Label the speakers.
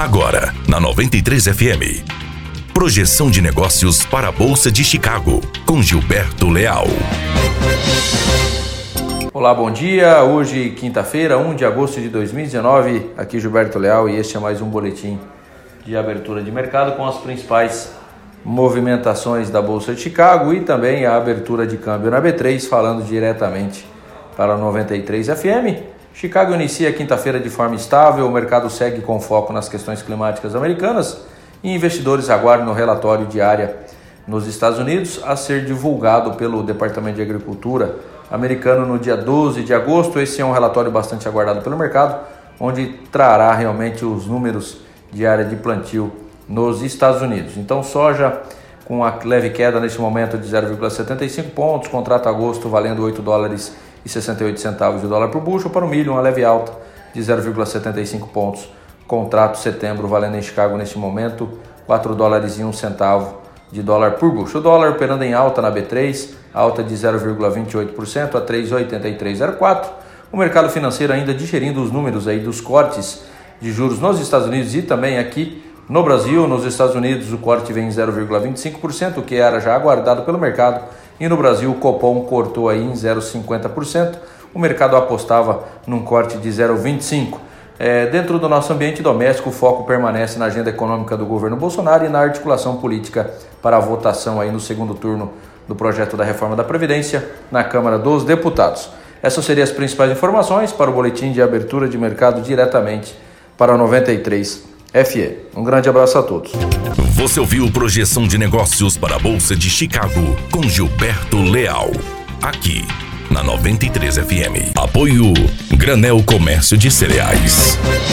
Speaker 1: Agora, na 93 FM. Projeção de negócios para a Bolsa de Chicago, com Gilberto Leal.
Speaker 2: Olá, bom dia. Hoje, quinta-feira, 1 de agosto de 2019. Aqui Gilberto Leal e este é mais um boletim de abertura de mercado com as principais movimentações da Bolsa de Chicago e também a abertura de câmbio na B3, falando diretamente para a 93 FM. Chicago inicia a quinta-feira de forma estável, o mercado segue com foco nas questões climáticas americanas e investidores aguardam o relatório diário nos Estados Unidos a ser divulgado pelo Departamento de Agricultura americano no dia 12 de agosto. Esse é um relatório bastante aguardado pelo mercado, onde trará realmente os números de área de plantio nos Estados Unidos. Então, soja com a leve queda neste momento de 0,75 pontos, contrato agosto valendo $8,68 de dólar por bushel. Para o milho, uma leve alta de 0,75 pontos, contrato setembro valendo em Chicago neste momento $4,01 de dólar por bushel. O dólar operando em alta na B3, alta de 0,28% a 3,8304. O mercado financeiro ainda digerindo os números aí dos cortes de juros nos Estados Unidos e também aqui no Brasil. Nos Estados Unidos o corte vem em 0,25%, o que era já aguardado pelo mercado, e no Brasil o Copom cortou aí em 0,50%. O mercado apostava num corte de 0,25%. Dentro do nosso ambiente doméstico, o foco permanece na agenda econômica do governo Bolsonaro e na articulação política para a votação aí no segundo turno do projeto da reforma da Previdência na Câmara dos Deputados. Essas seriam as principais informações para o boletim de abertura de mercado diretamente para a 93 FE. Um grande abraço a todos.
Speaker 1: Você ouviu Projeção de Negócios para a Bolsa de Chicago com Gilberto Leal, aqui na 93 FM. Apoio Granel Comércio de Cereais.